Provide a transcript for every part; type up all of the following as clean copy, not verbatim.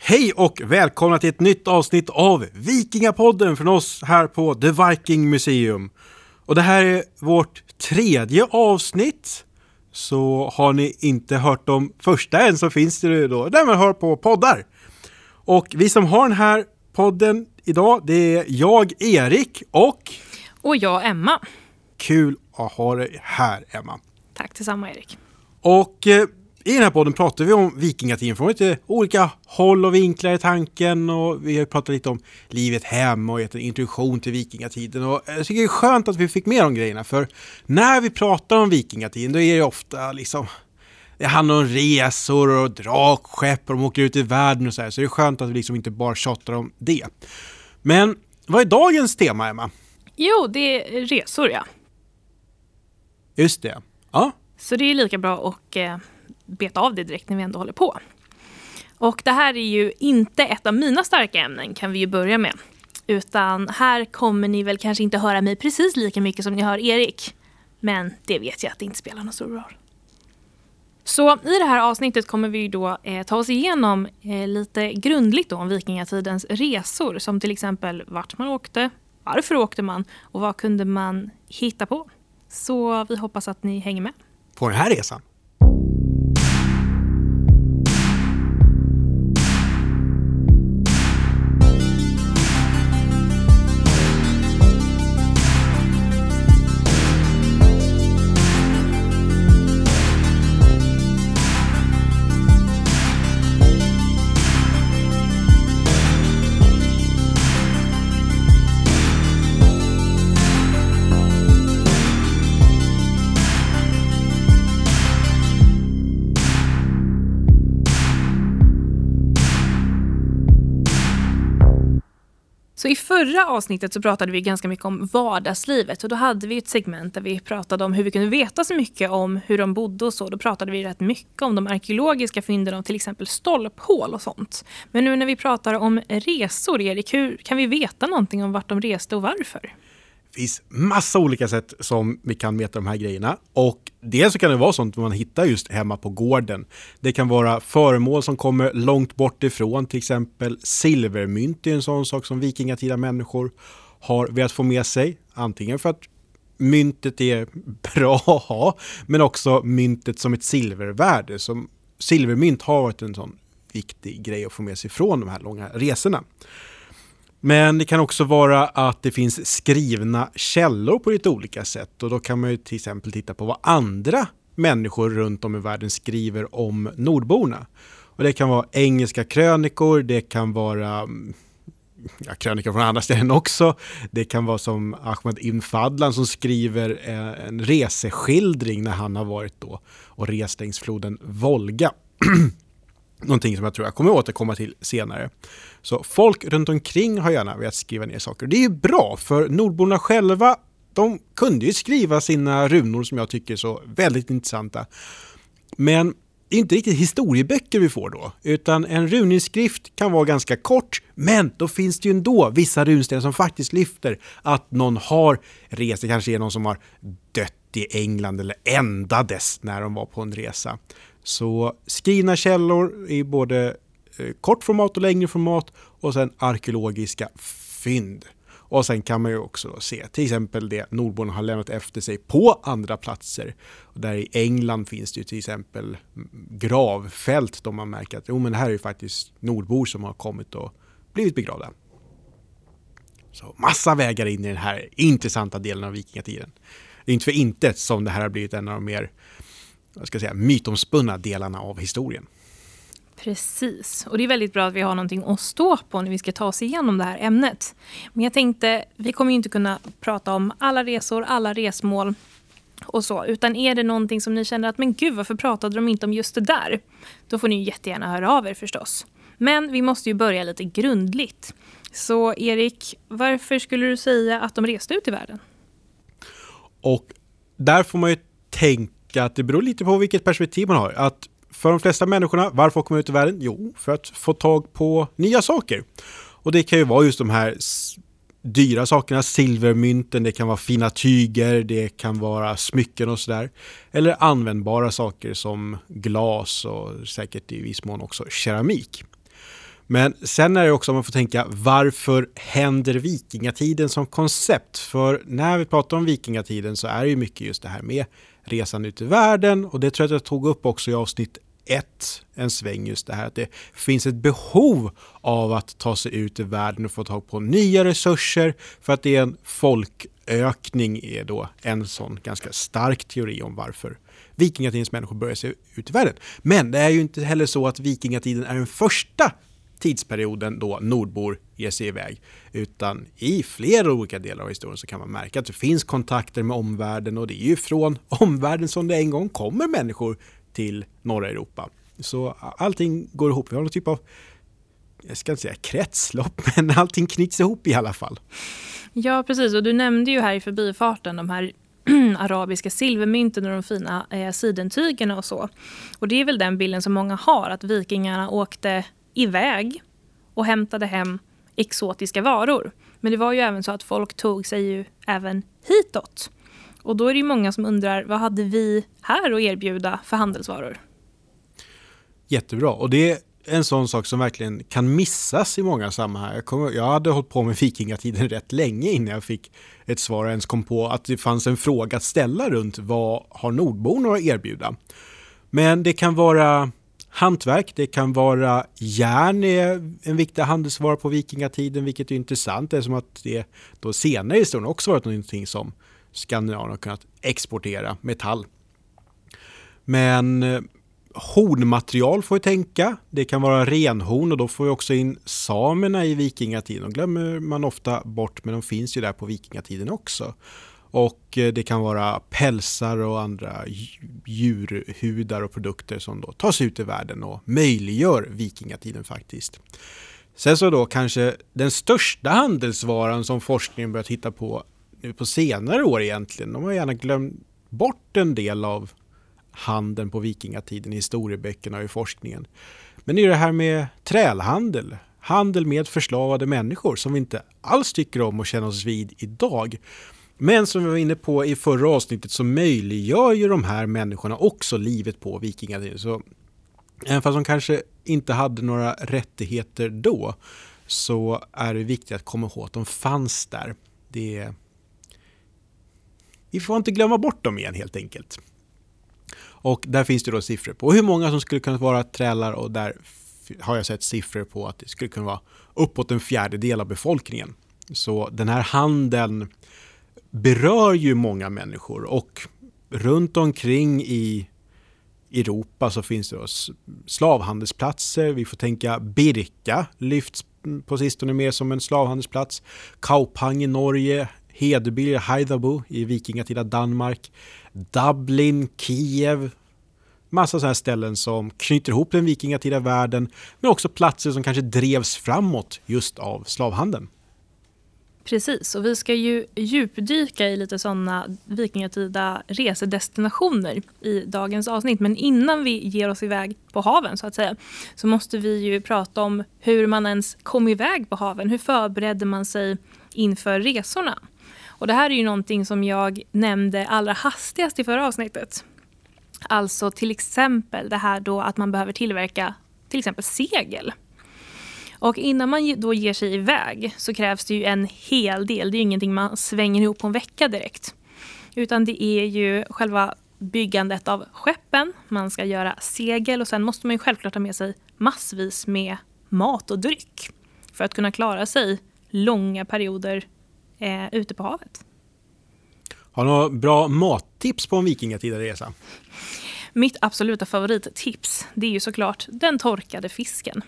Hej och välkomna till ett nytt avsnitt av Vikingapodden från oss här på The Viking Museum. Och det här är vårt 3:e avsnitt. Så har ni inte hört de första än så finns det då där man hör på poddar. Och vi som har den här podden idag, det är jag, Erik och jag, Emma. Kul att ha dig här, Emma. Tack detsamma, Erik. Och i den här podden pratar vi om vikingatiden från lite olika håll och vinklar i tanken, och vi har pratat lite om livet hem och gett en introduktion till vikingatiden, och jag tycker det är skönt att vi fick med de grejerna, för när vi pratar om vikingatiden då är det ofta liksom, det handlar om resor och drakskepp och de åker ut i världen och så här, så det är skönt att vi liksom inte bara tjatar om det. Men vad är dagens tema, Emma? Jo, det är resor, ja. Just det, ja. Så det är lika bra att beta av det direkt när vi ändå håller på. Och det här är ju inte ett av mina starka ämnen, kan vi ju börja med. Utan här kommer ni väl kanske inte höra mig precis lika mycket som ni hör Erik. Men det vet jag att det inte spelar någon stor roll. Så i det här avsnittet kommer vi då ta oss igenom lite grundligt då om vikingatidens resor. Som till exempel vart man åkte, varför åkte man och vad kunde man hitta på. Så vi hoppas att ni hänger med. På den här resan. Så i förra avsnittet så pratade vi ganska mycket om vardagslivet, och då hade vi ett segment där vi pratade om hur vi kunde veta så mycket om hur de bodde och så. Då pratade vi rätt mycket om de arkeologiska fynden av till exempel stolphål och sånt. Men nu när vi pratar om resor, Erik, hur kan vi veta någonting om vart de reste och varför? Det finns massa olika sätt som vi kan mäta de här grejerna, och dels så kan det vara sånt man hittar just hemma på gården. Det kan vara föremål som kommer långt bort ifrån, till exempel silvermynt är en sån sak som vikingatida människor har velat få med sig, antingen för att myntet är bra att ha, men också myntet som ett silvervärde. Som silvermynt har varit en sån viktig grej att få med sig från de här långa resorna. Men det kan också vara att det finns skrivna källor på lite olika sätt, och då kan man ju till exempel titta på vad andra människor runt om i världen skriver om nordborna. Och det kan vara engelska krönikor, det kan vara krönikor från andra ställen också. Det kan vara som Ahmed Ibn Fadlan som skriver en reseskildring när han har varit då och rest längs floden Volga. Någonting som jag tror jag kommer återkomma till senare. Så folk runt omkring har gärna velat skriva ner saker. Det är ju bra, för nordborna själva, de kunde ju skriva sina runor som jag tycker är så väldigt intressanta. Men det är inte riktigt historieböcker vi får då, utan en runinskrift kan vara ganska kort, men då finns det ju ändå vissa runstenar som faktiskt lyfter att någon har rest. Det kanske är någon som har dött i England eller ändades när de var på en resa. Så skrivna källor i både kort format och längre format, och sen arkeologiska fynd. Och sen kan man ju också se till exempel det nordborna har lämnat efter sig på andra platser. Och där i England finns det ju till exempel gravfält där man märker att men det här är ju faktiskt nordbor som har kommit och blivit begravda. Så massa vägar in i den här intressanta delen av vikingatiden. Det är inte för intet som det här har blivit en av de mer mytomspunna delarna av historien. Precis, och det är väldigt bra att vi har någonting att stå på när vi ska ta oss igenom det här ämnet. Men jag tänkte, vi kommer ju inte kunna prata om alla resor, alla resmål och så. Utan är det någonting som ni känner att men gud, varför pratade de inte om just det där? Då får ni jättegärna höra av er förstås. Men vi måste ju börja lite grundligt. Så Erik, varför skulle du säga att de reste ut i världen? Och där får man ju tänka att det beror lite på vilket perspektiv man har. Att för de flesta människorna, varför åker man ut i världen? Jo, för att få tag på nya saker. Och det kan ju vara just de här dyra sakerna, silvermynten, det kan vara fina tyger, det kan vara smycken och sådär. Eller användbara saker som glas och säkert i viss mån också keramik. Men sen är det också, om man får tänka, varför händer vikingatiden som koncept? För när vi pratar om vikingatiden så är det ju mycket just det här med resan ut i världen, och det tror jag att jag tog upp också i avsnitt 1 en sväng, just det här att det finns ett behov av att ta sig ut i världen och få tag på nya resurser, för att det är en folkökning är då en sån ganska stark teori om varför vikingatidens människor börjar sig ut i världen. Men det är ju inte heller så att vikingatiden är den första tidsperioden då nordbor ger sig iväg, utan i flera olika delar av historien så kan man märka att det finns kontakter med omvärlden, och det är ju från omvärlden som det en gång kommer människor till norra Europa. Så allting går ihop. Vi har någon typ av, jag ska inte säga kretslopp, men allting knyts ihop i alla fall. Ja, precis. Och du nämnde ju här i förbifarten de här arabiska silvermynten och de fina sidentygerna och så. Och det är väl den bilden som många har, att vikingarna åkte iväg och hämtade hem exotiska varor. Men det var ju även så att folk tog sig ju även hitåt. Och då är det ju många som undrar, vad hade vi här att erbjuda för handelsvaror? Jättebra. Och det är en sån sak som verkligen kan missas i många sammanhang. Jag hade hållit på med vikingatiden rätt länge innan jag fick ett svar och ens kom på att det fanns en fråga att ställa runt vad har nordborna att erbjuda. Men det kan vara hantverk, det kan vara järn är en viktig handelsvara på vikingatiden, vilket är intressant eftersom att det då senare i historien också varit någonting som Skandinavien har kunnat exportera, metall. Men hornmaterial får vi tänka. Det kan vara renhorn, och då får vi också in samerna i vikingatiden. De glömmer man ofta bort, men de finns ju där på vikingatiden också. Och det kan vara pälsar och andra djurhudar och produkter som då tas ut i världen och möjliggör vikingatiden faktiskt. Sen så då kanske den största handelsvaran som forskningen börjat hitta på nu på senare år egentligen. De har gärna glömt bort en del av handeln på vikingatiden i historieböckerna och i forskningen. Men det är det här med trälhandel. Handel med förslavade människor som vi inte alls tycker om och känner oss vid idag. Men som vi var inne på i förra avsnittet så möjliggör ju de här människorna också livet på vikingatiden. Så även fast de kanske inte hade några rättigheter då, så är det viktigt att komma ihåg att de fanns där. Vi får inte glömma bort dem igen helt enkelt. Och där finns det då siffror på hur många som skulle kunna vara trälar, och där har jag sett siffror på att det skulle kunna vara uppåt en fjärdedel av befolkningen. Så den här handeln berör ju många människor, och runt omkring i Europa så finns det slavhandelsplatser. Vi får tänka Birka lyfts på sistone mer som en slavhandelsplats. Kaupang i Norge, Hedeby, Haidabo i vikingatida Danmark, Dublin, Kiev. Massa sådana här ställen som knyter ihop den vikingatida världen, men också platser som kanske drevs framåt just av slavhandeln. Precis, och vi ska ju djupdyka i lite sådana vikingatida resedestinationer i dagens avsnitt. Men innan vi ger oss iväg på haven så att säga, så måste vi ju prata om hur man ens kom iväg på haven. Hur förberedde man sig inför resorna? Och det här är ju någonting som jag nämnde allra hastigast i förra avsnittet. Alltså till exempel det här då att man behöver tillverka till exempel segel. Och innan man då ger sig iväg så krävs det ju en hel del. Det är ju ingenting man svänger ihop på en vecka direkt. Utan det är ju själva byggandet av skeppen. Man ska göra segel, och sen måste man ju självklart ha med sig massvis med mat och dryck. För att kunna klara sig långa perioder ute på havet. Har du några bra mattips på en vikingatida resa? Mitt absoluta favorittips, det är ju såklart den torkade fisken.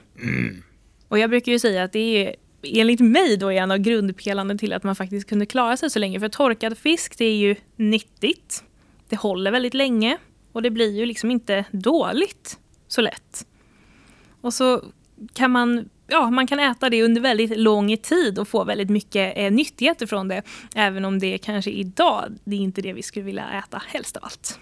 Och jag brukar ju säga att det är enligt mig då en av grundpelarna till att man faktiskt kunde klara sig så länge. För torkad fisk, det är ju nyttigt. Det håller väldigt länge och det blir ju liksom inte dåligt så lätt. Och så kan man kan äta det under väldigt lång tid och få väldigt mycket nyttigheter från det. Även om det kanske idag, det är inte det vi skulle vilja äta helst av allt.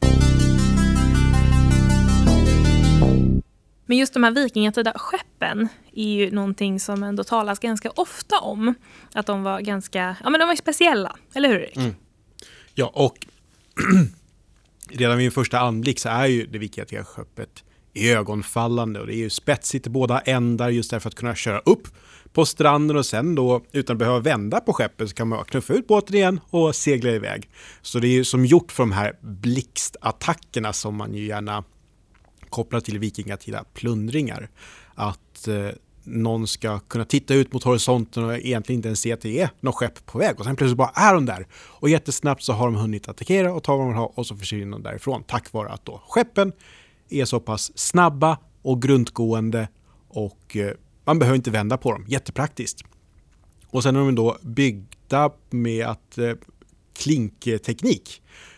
Men just de här vikingatida skeppen är ju någonting som ändå talas ganska ofta om. Att de var ganska, de var speciella, eller hur Erik? Mm. Ja, och redan vid en första anblick så är ju det vikingatida skeppet ögonfallande och det är ju spetsigt i båda ändar just därför att kunna köra upp på stranden och sen då utan att behöva vända på skeppet så kan man knuffa ut båten igen och segla iväg. Så det är ju som gjort för de här blixtattackerna som man ju gärna kopplar till vikingatida plundringar. Att någon ska kunna titta ut mot horisonten och egentligen inte ens se att det är något skepp på väg och sen plötsligt bara är de där och jättesnabbt så har de hunnit attackera och ta vad de har och så försvinner de därifrån tack vare att då skeppen är så pass snabba och grundgående och man behöver inte vända på dem. Jättepraktiskt. Och sen är de då byggda med att klinkteknik.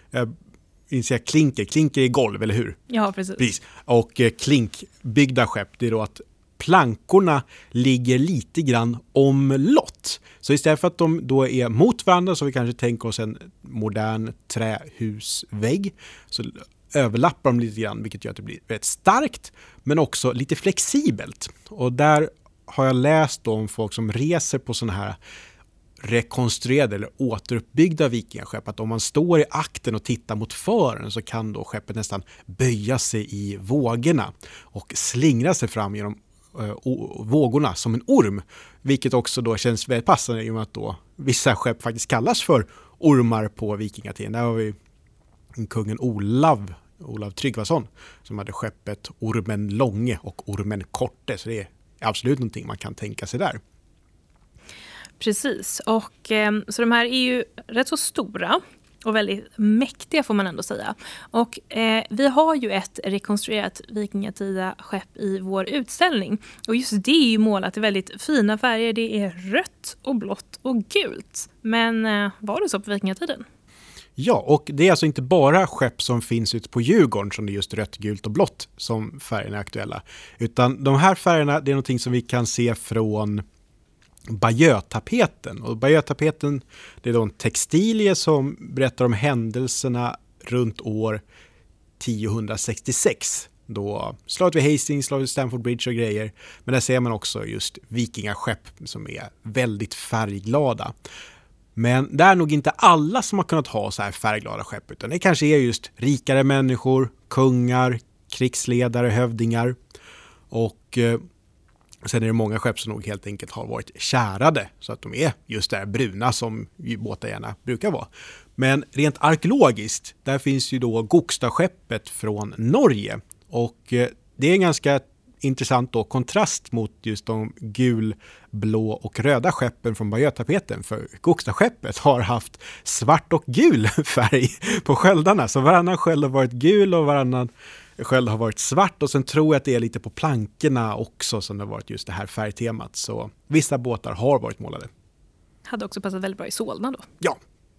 Klinker är golv, eller hur? Ja, precis. Och klinkbyggda skepp, det är då att plankorna ligger lite grann omlott. Så istället för att de då är mot varandra så vi kanske tänker oss en modern trähusvägg så överlappar de lite grann vilket gör att det blir väldigt starkt men också lite flexibelt. Och där har jag läst om folk som reser på sådana här rekonstruerade eller återuppbyggda vikingaskepp att om man står i akten och tittar mot fören så kan då skeppet nästan böja sig i vågorna och slingra sig fram genom vågorna som en orm, vilket också då känns väldigt passande i och med att då vissa skepp faktiskt kallas för ormar på vikingatiden. Där har vi kungen Olav Tryggvason som hade skeppet Ormen Långe och Ormen Korte, så det är absolut någonting man kan tänka sig där. Precis, och så de här är ju rätt så stora och väldigt mäktiga får man ändå säga. Och vi har ju ett rekonstruerat vikingatida skepp i vår utställning. Och just det är ju målat i väldigt fina färger. Det är rött och blått och gult. Men var det så på vikingatiden? Ja, och det är alltså inte bara skepp som finns ute på Djurgården som det är just rött, gult och blått som färgerna är aktuella. Utan de här färgerna det är någonting som vi kan se från Bayeux-tapeten. Och Bayeux-tapeten det är då en textilie som berättar om händelserna runt år 1066. Då slaget vid Hastings, slaget vid Stamford Bridge och grejer. Men där ser man också just vikingaskepp som är väldigt färgglada. Men det är nog inte alla som har kunnat ha så här färgglada skepp utan det kanske är just rikare människor, kungar, krigsledare, hövdingar och sen är det många skepp som nog helt enkelt har varit kärade så att de är just där bruna som båtar gärna brukar vara. Men rent arkeologiskt, där finns ju då Gokstadskeppet från Norge och det är en ganska intressant då kontrast mot just de gul, blå och röda skeppen från Bayeux-tapeten. För Gokstadskeppet har haft svart och gul färg på sköldarna. Så varannan sköld har varit gul och varannan sköld har varit svart. Och sen tror jag att det är lite på plankorna också som det har varit just det här färgtemat. Så vissa båtar har varit målade. Hade också passat väldigt bra i Solna då. Ja.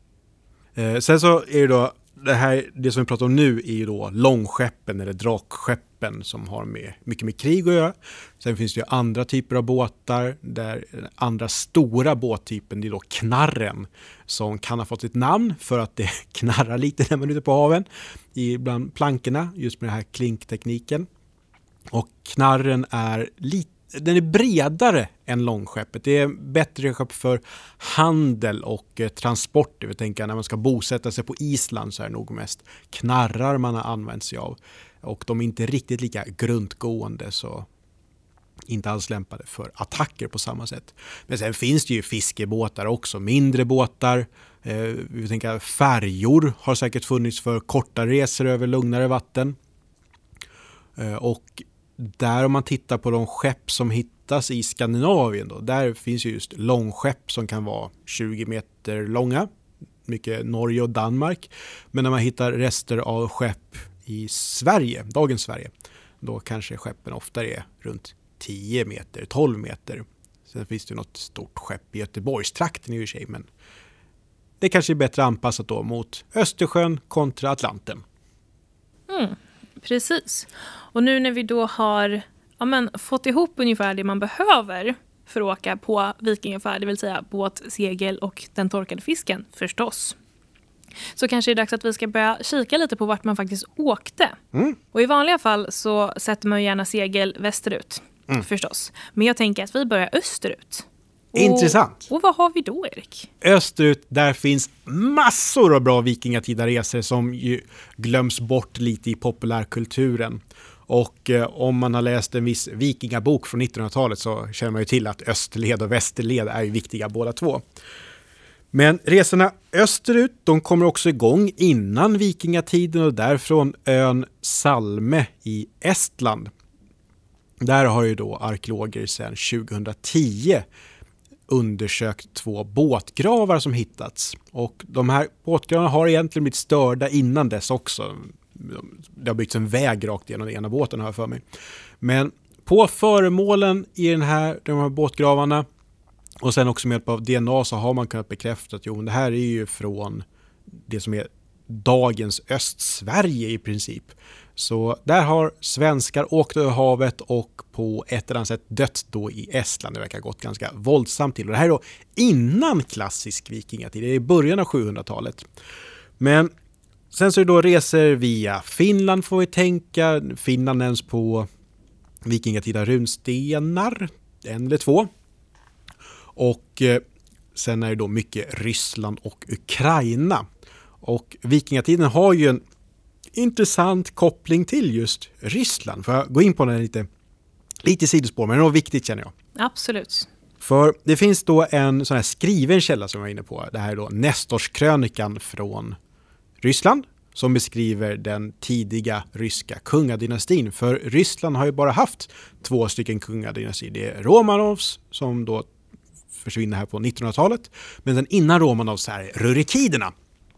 Sen så är det då det som vi pratar om nu är ju då långskeppen eller drakskeppen som har mycket med krig att göra. Sen finns det ju andra typer av båtar där andra stora båttypen det är då knarren som kan ha fått sitt namn för att det knarrar lite när man är ute på haven bland plankorna just med den här klinktekniken. Och knarren den är bredare än långskeppet. Det är bättre skepp för handel och transport. Jag tänker när man ska bosätta sig på Island så är det nog mest knarrar man har använt sig av. Och de är inte riktigt lika grundgående så inte alls lämpade för attacker på samma sätt. Men sen finns det ju fiskebåtar också, mindre båtar. Vi tänker färjor har säkert funnits för korta resor över lugnare vatten. Och där om man tittar på de skepp som hittas i Skandinavien då, där finns ju just långskepp som kan vara 20 meter långa, mycket Norge och Danmark. Men när man hittar rester av skepp i Sverige, dagens Sverige, då kanske skeppen ofta är runt 10 meter, 12 meter. Sen finns det något stort skepp i Göteborgstrakten i och för sig, men det kanske är bättre anpassat då mot Östersjön kontra Atlanten. Precis. Och nu när vi då har fått ihop ungefär det man behöver för att åka på vikingafärd, det vill säga båt, segel och den torkade fisken förstås. Så kanske det är dags att vi ska börja kika lite på vart man faktiskt åkte. Och i vanliga fall så sätter man gärna segel västerut förstås. Men jag tänker att vi börjar österut. Intressant. Och vad har vi då, Erik? Österut, där finns massor av bra vikingatida resor som ju glöms bort lite i populärkulturen. Och om man har läst en viss vikingabok från 1900-talet så känner man ju till att österled och västerled är ju viktiga båda två. Men resorna österut, de kommer också igång innan vikingatiden och därifrån ön Salme i Estland. Där har ju då arkeologer sedan 2010 undersökt 2 båtgravar som hittats. Och de här båtgravarna har egentligen blivit störda innan dess också. Det har byggts en väg rakt genom den ena båten här för mig. Men på föremålen i de här båtgravarna och sen också med hjälp av DNA så har man kunnat bekräfta att det här är ju från det som är dagens Östsverige i princip. Så där har svenskar åkt över havet och på ett eller annat sätt dött då i Estland. Det verkar ha gått ganska våldsamt till. Och det här är då innan klassisk vikingatid. Det är i början av 700-talet. Men sen så är det då resor via Finland får vi tänka. Finland nämns på vikingatida runstenar. 1 eller 2. Och sen är det då mycket Ryssland och Ukraina. Och vikingatiden har ju en intressant koppling till just Ryssland. Får jag gå in på den lite sidospår, men det är nog viktigt känner jag. Absolut. För det finns då en sån här skriven källa som jag var inne på. Det här är då Nestorkrönikan från Ryssland som beskriver den tidiga ryska kungadynastin. För Ryssland har ju bara haft 2 stycken kungadynastier. Det är Romanovs som då försvinner här på 1900-talet. Men sen innan Romanovs är Rurikiderna.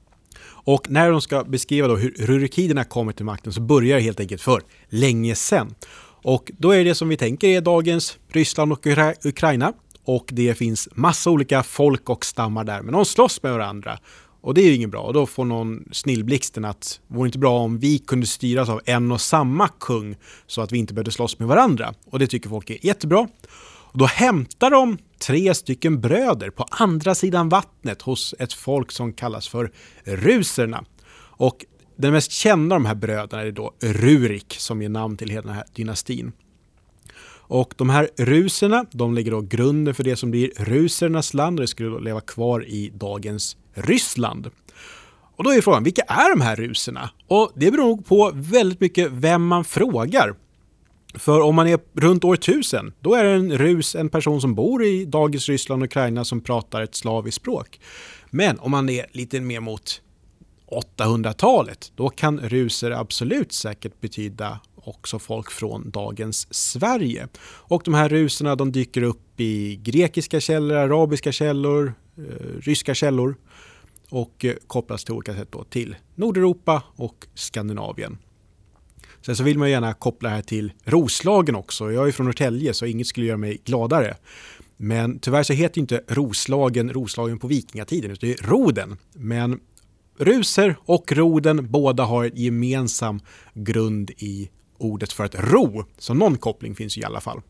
Och när de ska beskriva då hur Rurikiderna kommer till makten så börjar det helt enkelt för länge sedan. Och då är det som vi tänker är dagens Ryssland och Ukraina. Och det finns massa olika folk och stammar där. Men de slåss med varandra. Och det är ju ingen bra. Och då får någon snillblixten att det vore inte bra om vi kunde styras av en och samma kung så att vi inte behövde slåss med varandra. Och det tycker folk är jättebra. Och då hämtar de 3 stycken bröder på andra sidan vattnet hos ett folk som kallas för ruserna. Och den mest kända av de här bröderna är då Rurik som ger namn till hela den här dynastin. Och de här ruserna, de lägger då grunden för det som blir rusernas land och det skulle då leva kvar i dagens Ryssland. Och då är frågan, vilka är de här ruserna? Och det beror nog på väldigt mycket vem man frågar. För om man är runt år 1000, då är en rus en person som bor i dagens Ryssland och Ukraina som pratar ett slaviskt språk. Men om man är lite mer mot 800-talet, då kan ruser absolut säkert betyda också folk från dagens Sverige. Och de här ruserna de dyker upp i grekiska källor, arabiska källor, ryska källor och kopplas till olika sätt då till Nordeuropa och Skandinavien. Sen så vill man gärna koppla här till Roslagen också. Jag är från Norrtälje så inget skulle göra mig gladare. Men tyvärr så heter inte Roslagen på vikingatiden utan det är Roden. Men ruser och Roden båda har en gemensam grund i ordet för att ro. Så någon koppling finns i alla fall.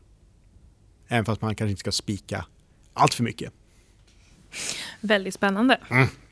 Även fast man kanske inte ska spika allt för mycket. Väldigt spännande.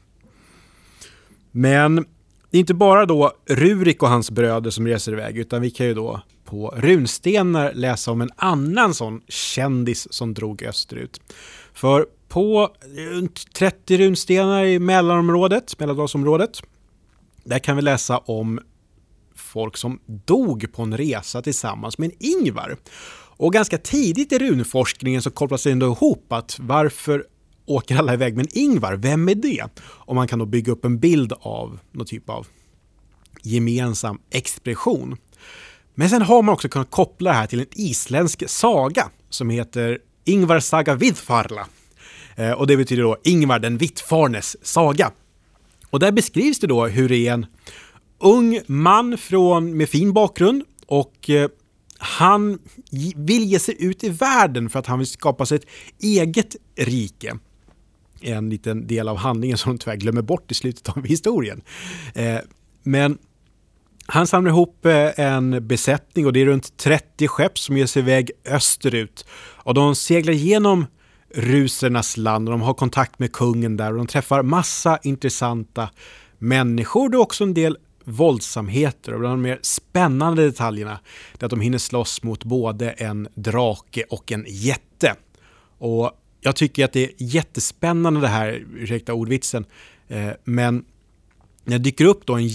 Men det är inte bara då Rurik och hans bröder som reser iväg utan vi kan ju då på runstenar läsa om en annan sån kändis som drog österut. För på 30 runstenar i Mälardalsområdet, där kan vi läsa om folk som dog på en resa tillsammans med en Ingvar. Och ganska tidigt i runforskningen så kopplas det ändå ihop att varför åker alla iväg med en Ingvar? Vem är det? Och man kan då bygga upp en bild av någon typ av gemensam expedition. Men sen har man också kunnat koppla det här till en isländsk saga som heter Ingvar saga Vidfarla. Och det betyder då Ingvar den vittfarnes saga. Och där beskrivs det då hur det är en ung man med fin bakgrund och han vill ge sig ut i världen för att han vill skapa sig ett eget rike. En liten del av handlingen som de tyvärr glömmer bort i slutet av historien. Men han samlar ihop en besättning och det är runt 30 skepp som ger sig iväg österut. Och de seglar igenom rusernas land och de har kontakt med kungen där och de träffar massa intressanta människor. Det är också en del våldsamheter och bland de mer spännande detaljerna är att de hinner slåss mot både en drake och en jätte. Och jag tycker att det är jättespännande det här, ursäkta ordvitsen, men när det dyker upp då en jätte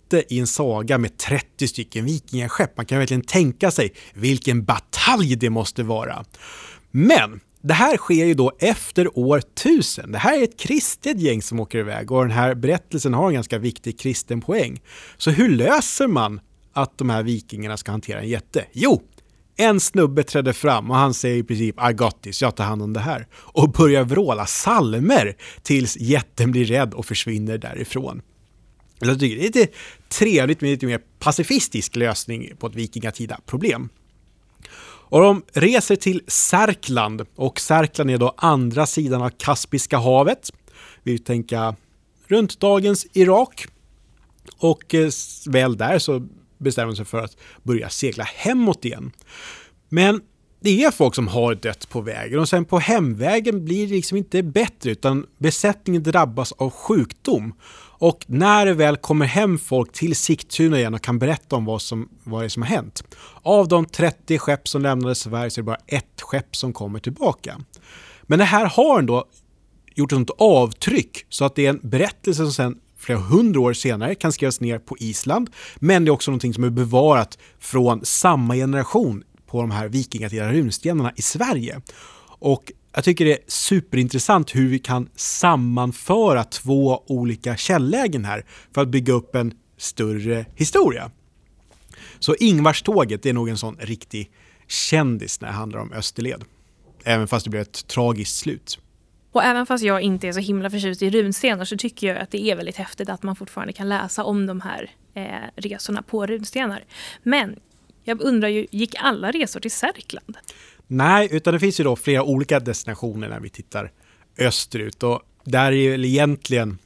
hjälte i en saga med 30 stycken vikingaskepp. Man kan verkligen tänka sig vilken batalj det måste vara. Men det här sker ju då efter år 1000. Det här är ett kristet gäng som åker iväg och den här berättelsen har en ganska viktig kristen poäng. Så hur löser man att de här vikingarna ska hantera en jätte? Jo, en snubbe trädde fram och han säger i princip I got this, jag tar hand om det här. Och börjar vråla psalmer tills jätten blir rädd och försvinner därifrån. Jag tycker det är lite trevligt med lite mer pacifistisk lösning på ett vikingatida problem. Och de reser till Särkland och Särkland är då andra sidan av Kaspiska havet. Vi tänker runt dagens Irak. Och väl där så bestämmer sig för att börja segla hemåt igen. Men det är folk som har dött på vägen och sen på hemvägen blir det liksom inte bättre utan besättningen drabbas av sjukdom. Och när det väl kommer hem folk till Sigtuna igen och kan berätta om vad det är som har hänt. Av de 30 skepp som lämnade Sverige så är det bara ett skepp som kommer tillbaka. Men det här har ändå gjort ett sånt avtryck så att det är en berättelse som sen flera 100 år senare kan skrivas ner på Island. Men det är också någonting som är bevarat från samma generation på de här vikingatida runstenarna i Sverige. Och jag tycker det är superintressant hur vi kan sammanföra 2 olika källlägen här för att bygga upp en större historia. Så Ingvarståget är nog en sån riktig kändis när det handlar om Österled. Även fast det blir ett tragiskt slut. Och även fast jag inte är så himla förtjust i runstenar så tycker jag att det är väldigt häftigt att man fortfarande kan läsa om de här resorna på runstenar. Men jag undrar ju, gick alla resor till Särkland? Nej, utan det finns ju då flera olika destinationer när vi tittar österut. Och där är ju egentligen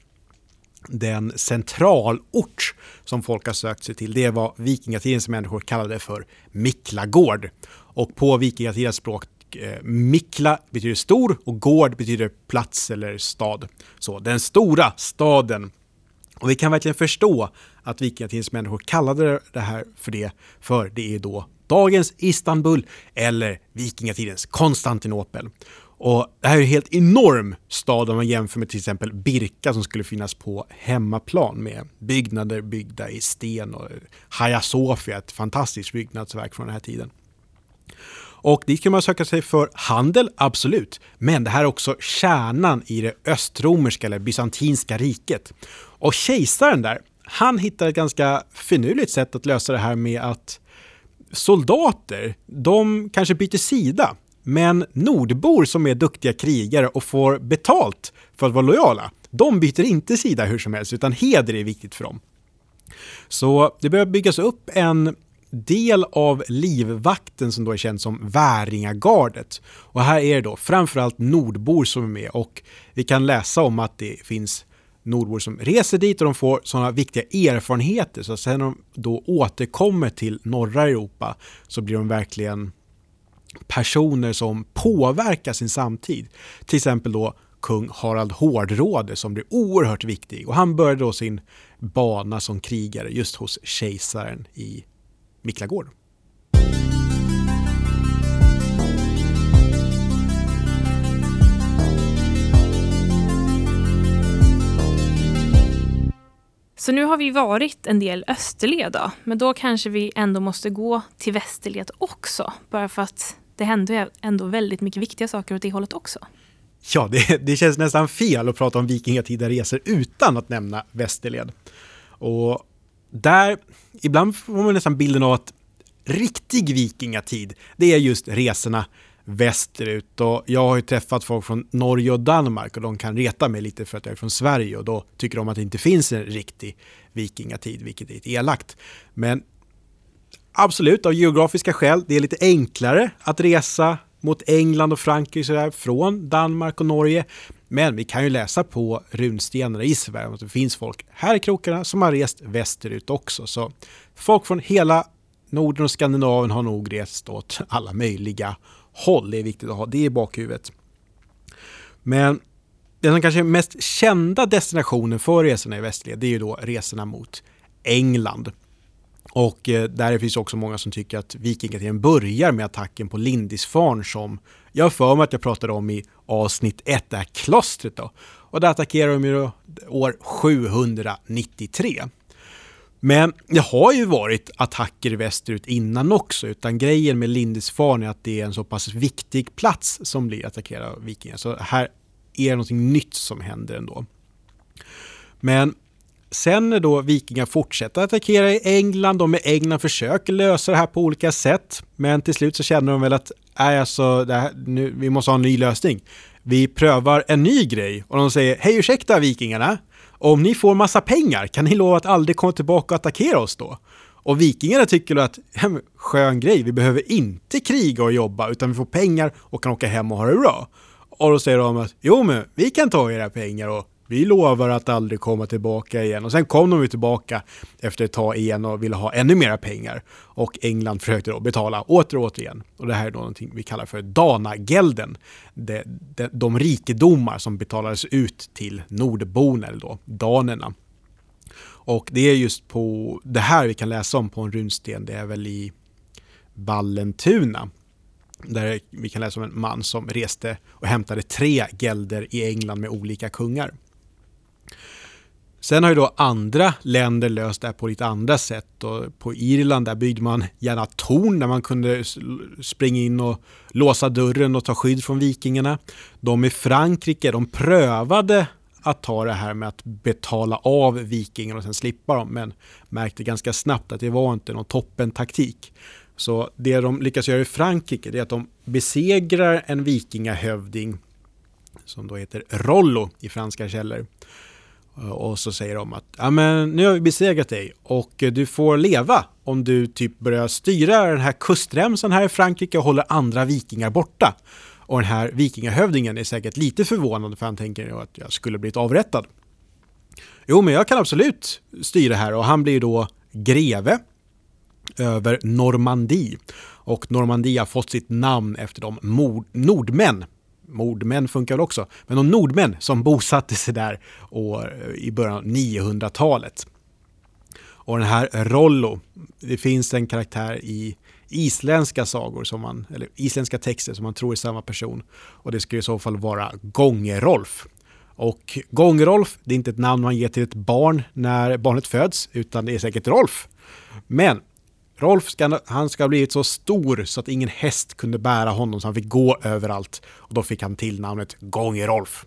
den centralort som folk har sökt sig till. Det var vikingatidens människor kallade för Miklagård. Och på vikingatidens språk Mikla betyder stor och gård betyder plats eller stad. Så den stora staden. Och vi kan verkligen förstå att vikingatidens människor kallade det här för det är då dagens Istanbul eller vikingatidens Konstantinopel. Och det här är en helt enorm stad om man jämför med till exempel Birka som skulle finnas på hemmaplan med byggnader byggda i sten och Hagia Sophia, ett fantastiskt byggnadsverk från den här tiden. Och dit kan man söka sig för handel, absolut. Men det här är också kärnan i det östromerska eller bysantinska riket. Och kejsaren där, han hittar ett ganska finurligt sätt att lösa det här med att soldater, de kanske byter sida. Men nordbor som är duktiga krigare och får betalt för att vara lojala, de byter inte sida hur som helst utan heder är viktigt för dem. Så det börjar byggas upp en del av livvakten som då är känd som Väringagardet. Och här är det då framförallt nordbor som är med och vi kan läsa om att det finns nordbor som reser dit och de får sådana viktiga erfarenheter så att sen när de då återkommer till norra Europa så blir de verkligen personer som påverkar sin samtid. Till exempel då kung Harald Hårdråde som blir oerhört viktig och han började då sin bana som krigare just hos kejsaren i Miklagård. Så nu har vi varit en del Österled då, men då kanske vi ändå måste gå till Västerled också, bara för att det händer ändå väldigt mycket viktiga saker åt det hållet också. Ja, det känns nästan fel att prata om vikingatida resor utan att nämna Västerled. Och där, ibland får man nästan bilden av att riktig vikingatid, det är just resorna västerut. Och jag har ju träffat folk från Norge och Danmark och de kan reta mig lite för att jag är från Sverige och då tycker de att det inte finns en riktig vikingatid, vilket är ett elakt. Men absolut, av geografiska skäl, det är lite enklare att resa mot England och Frankrike så där, från Danmark och Norge. Men vi kan ju läsa på runstenarna i Sverige att det finns folk här i krokarna som har rest västerut också. Så folk från hela Norden och Skandinavien har nog rest åt alla möjliga håll. Det är viktigt att ha det i bakhuvudet. Men den som kanske är mest kända destinationen för resorna i Västerled, det är ju då resorna mot England. Och där finns också många som tycker att vikingatiden börjar med attacken på Lindisfarne som jag för mig att jag pratade om i avsnitt 1, det här klostret då. Och där attackerar de ju då år 793. Men det har ju varit attacker västerut innan också, utan grejen med Lindisfarne är att det är en så pass viktig plats som blir attackerad av vikingar. Så här är det något nytt som händer ändå. Men sen när då vikingar fortsätter attackera i England och med England försöker lösa det här på olika sätt, men till slut så känner de väl att vi måste ha en ny lösning. Vi prövar en ny grej och de säger, hej ursäkta vikingarna, om ni får massa pengar kan ni lova att aldrig komma tillbaka och attackera oss då? Och vikingarna tycker då att skön grej, vi behöver inte kriga och jobba utan vi får pengar och kan åka hem och ha det bra. Och då säger de att jo men vi kan ta era pengar och vi lovar att aldrig komma tillbaka igen. Och sen kom de ju tillbaka efter ett tag igen och ville ha ännu mera pengar. Och England försökte då betala återigen. Och det här är då någonting vi kallar för Danagelden. De rikedomar som betalades ut till nordborna, eller då danerna. Och det är just på det här vi kan läsa om på en runsten. Det är väl i Vallentuna. Där vi kan läsa om en man som reste och hämtade 3 gelder i England med olika kungar. Sen har ju då andra länder löst det här på lite andra sätt. Och på Irland där byggde man gärna torn där man kunde springa in och låsa dörren och ta skydd från vikingarna. De i Frankrike, de prövade att ta det här med att betala av vikingarna och sen slippa dem, men märkte ganska snabbt att det var inte någon toppen taktik. Så det de lyckas göra i Frankrike är att de besegrar en vikingahövding som då heter Rollo i franska källor. Och så säger de att ja, men nu har vi besegrat dig och du får leva om du typ börjar styra den här kustremsan här i Frankrike och håller andra vikingar borta. Och den här vikingahövdingen är säkert lite förvånad för han tänker att jag skulle blivit avrättad. Jo, men jag kan absolut styra här och han blir då greve över Normandie. Och Normandie har fått sitt namn efter de nordmän. Mordmän funkar väl också. Men de nordmän som bosatte sig där i början av 900-talet. Och den här Rollo, det finns en karaktär i isländska sagor eller isländska texter som man tror är samma person. Och det skulle i så fall vara Gångerolf. Och Gångerolf, det är inte ett namn man ger till ett barn när barnet föds, utan det är säkert Rolf. Men Rolf han ska ha blivit så stor så att ingen häst kunde bära honom så han fick gå överallt. Och då fick han till namnet Gångerolf.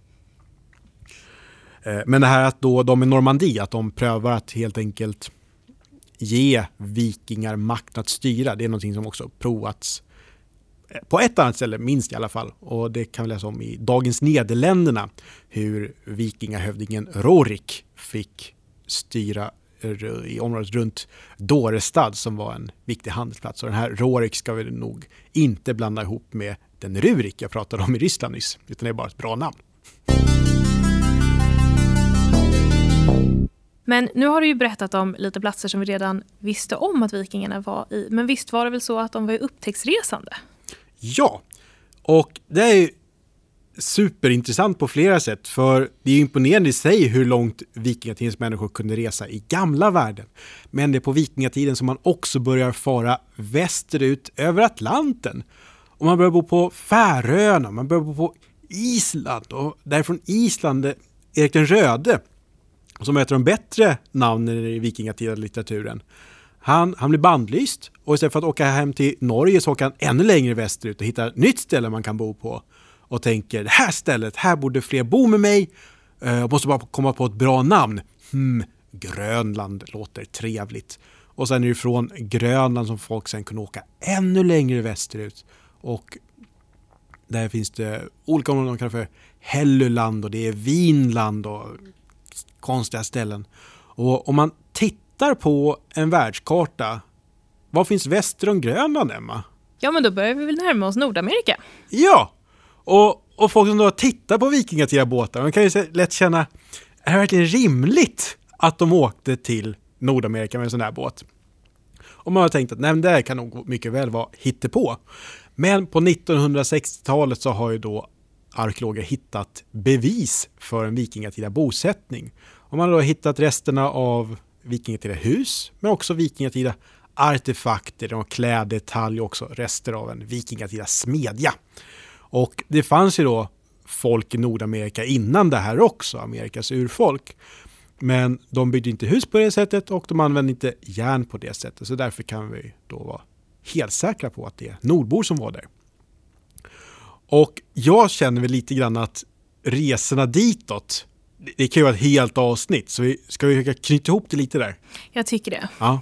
Men det här att då de i Normandie, att de prövar att helt enkelt ge vikingar makt att styra, det är någonting som också provats på ett annat ställe, minst i alla fall. Och det kan vi läsa om i Dagens Nederländerna, hur vikingahövdingen Rorik fick styra i området runt Dorestad som var en viktig handelsplats. Och den här Rorik ska vi nog inte blanda ihop med den Rurik jag pratade om i Ryssland nyss, utan det är bara ett bra namn. Men nu har du ju berättat om lite platser som vi redan visste om att vikingarna var i. Men visst var det väl så att de var upptäcktsresande? Ja, och det är ju superintressant på flera sätt, för det är imponerande i sig hur långt vikingatidens människor kunde resa i gamla världen. Men det är på vikingatiden som man också börjar fara västerut över Atlanten. Och man börjar bo på Färöarna, man börjar bo på Island, och därifrån Island Erik den röde, som heter de bättre namnen i vikingatida litteraturen. Han blir bandlyst och istället för att åka hem till Norge så åker han ännu längre västerut och hittar ett nytt ställe man kan bo på. Och tänker, det här stället, här borde fler bo med mig. Jag måste bara komma på ett bra namn. Grönland låter trevligt. Och sen är det från Grönland som folk sen kunde åka ännu längre västerut. Och där finns det olika områden man kallar för Helluland och det är Vinland och konstiga ställen. Och om man tittar på en världskarta, vad finns väster om Grönland, Emma? Ja, men då börjar vi väl närma oss Nordamerika. Ja, och folk som då tittar på vikingatida båtar, man kan ju lätt känna, är det verkligen rimligt att de åkte till Nordamerika med en sån här båt? Och man har tänkt att nej, det här kan nog mycket väl vara hittepå. Men på 1960-talet så har ju då arkeologer hittat bevis för en vikingatida bosättning. Och man har då hittat resterna av vikingatida hus, men också vikingatida artefakter och kläddetalj och också rester av en vikingatida smedja. Och det fanns ju då folk i Nordamerika innan det här också, Amerikas urfolk. Men de byggde inte hus på det sättet och de använde inte järn på det sättet. Så därför kan vi då vara helt säkra på att det är nordbor som var där. Och jag känner väl lite grann att resorna ditåt, det kan ju vara ett helt avsnitt. Så ska vi försöka knyta ihop det lite där? Jag tycker det. Ja.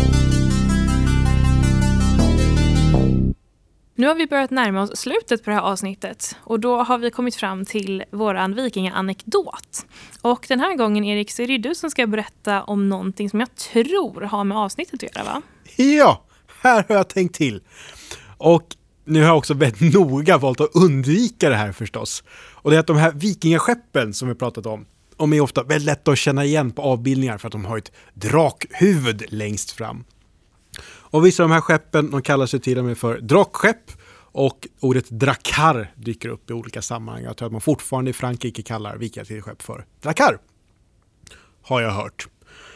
Nu har vi börjat närma oss slutet på det här avsnittet och då har vi kommit fram till våran vikingaanekdot. Och den här gången, Erik, så är det du som ska berätta om någonting som jag tror har med avsnittet att göra, va? Ja, här har jag tänkt till. Och nu har jag också väldigt noga valt att undvika det här förstås. Och det är att de här vikingaskeppen som vi pratat om, de är ofta väldigt lätta att känna igen på avbildningar för att de har ett drakhuvud längst fram. Och vissa av de här skeppen, de kallar sig till och med för drakskepp, och ordet drakar dyker upp i olika sammanhang. Jag tror att man fortfarande i Frankrike kallar vikingaskepp för drakar. Har jag hört.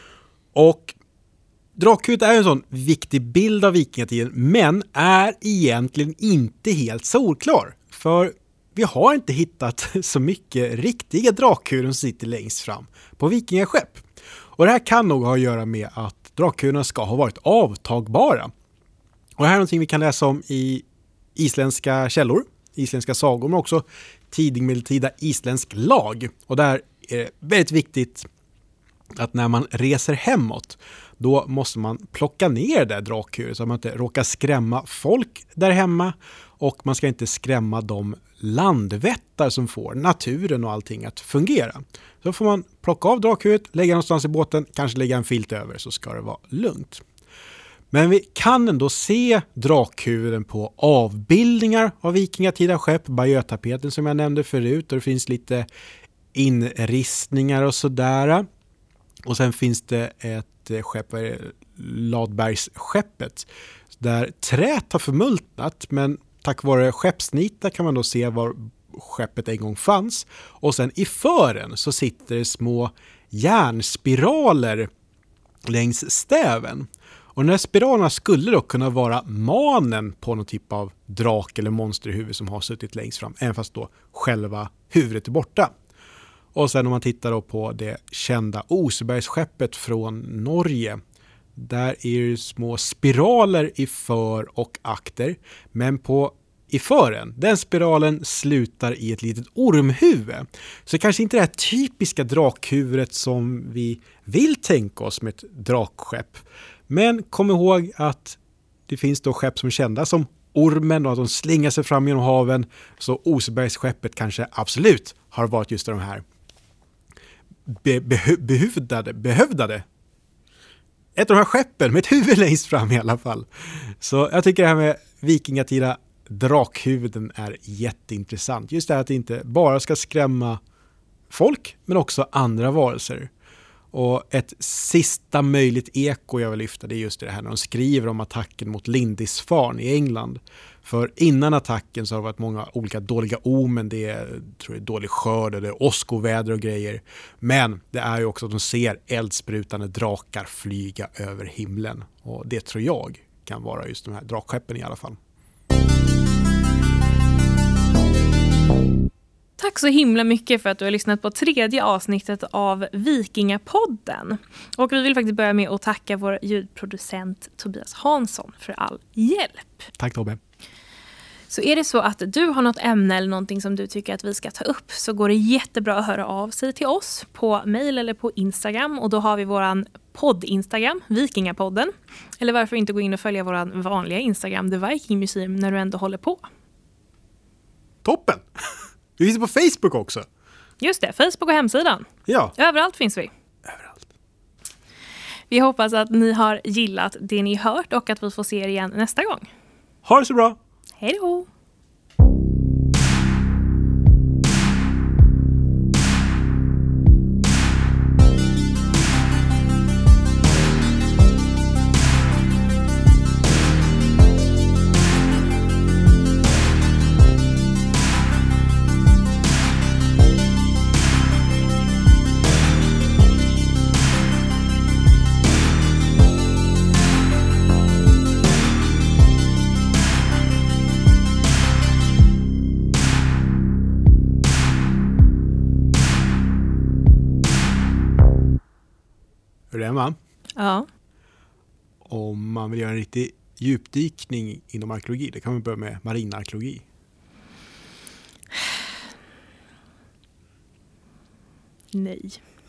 Och drakhuvudet är en sån viktig bild av vikingatiden, men är egentligen inte helt solklar. För vi har inte hittat så mycket riktiga drakhuvuden som sitter längst fram på vikingaskepp. Och det här kan nog ha att göra med att drakhuvudena ska ha varit avtagbara. Och det här är någonting vi kan läsa om i isländska källor, isländska sagor, men också tidig medeltida isländsk lag. Och där är det väldigt viktigt att när man reser hemåt, då måste man plocka ner det drakhuvud så att man inte råkar skrämma folk där hemma, och man ska inte skrämma de landvättar som får naturen och allting att fungera. Så får man plocka av drakhuvudet, lägga någonstans i båten, kanske lägga en filt över, så ska det vara lugnt. Men vi kan ändå se drakhuvuden på avbildningar av vikingatida skepp, Bayeux-tapeten som jag nämnde förut, och det finns lite inristningar och sådär. Och sen finns det ett skepp, Ladbergsskeppet, där träet har förmultnat, men tack vare skeppsnitar kan man då se var skeppet en gång fanns. Och sen i fören så sitter det små järnspiraler längs stäven. Och den här spiralerna skulle då kunna vara manen på någon typ av drak eller monsterhuvud som har suttit längst fram, även fast då själva huvudet är borta. Och sen om man tittar då på det kända Osebergsskeppet från Norge, där är det små spiraler i för och akter, men i fören, den spiralen slutar i ett litet ormhuvud. Så kanske inte det här typiska drakhuvudet som vi vill tänka oss med ett drakskepp. Men kom ihåg att det finns då skepp som är kända som ormen och att de slingar sig fram genom haven. Så Osebergsskeppet kanske absolut har varit just de här behövdade. Ett av de här skeppen med ett huvud längst fram i alla fall. Så jag tycker det här med vikingatida drakhuvuden är jätteintressant. Just det här att det inte bara ska skrämma folk, men också andra varelser. Och ett sista möjligt eko jag vill lyfta, det är just det här när de skriver om attacken mot Lindisfarne i England. För innan attacken så har det varit många olika dåliga omen. Det är, tror jag, dålig skörd, det är åskoväder och grejer. Men det är ju också att de ser eldsprutande drakar flyga över himlen. Och det tror jag kan vara just de här drakskeppen i alla fall. Tack så himla mycket för att du har lyssnat på 3:e avsnittet av Vikingapodden. Och vi vill faktiskt börja med att tacka vår ljudproducent Tobias Hansson för all hjälp. Tack Tobbe. Så är det så att du har något ämne eller någonting som du tycker att vi ska ta upp, så går det jättebra att höra av sig till oss på mejl eller på Instagram. Och då har vi våran podd-Instagram, Vikingapodden. Eller varför inte gå in och följa våran vanliga Instagram, The Viking Museum, när du ändå håller på. Toppen! Vi finns på Facebook också. Just det, Facebook och hemsidan. Ja. Överallt finns vi. Överallt. Vi hoppas att ni har gillat det ni hört och att vi får se er igen nästa gång. Ha det så bra! Hej då! du Emma? Ja. Om man vill göra en riktig djupdykning inom arkeologi, det kan man börja med marinarkeologi. Nej.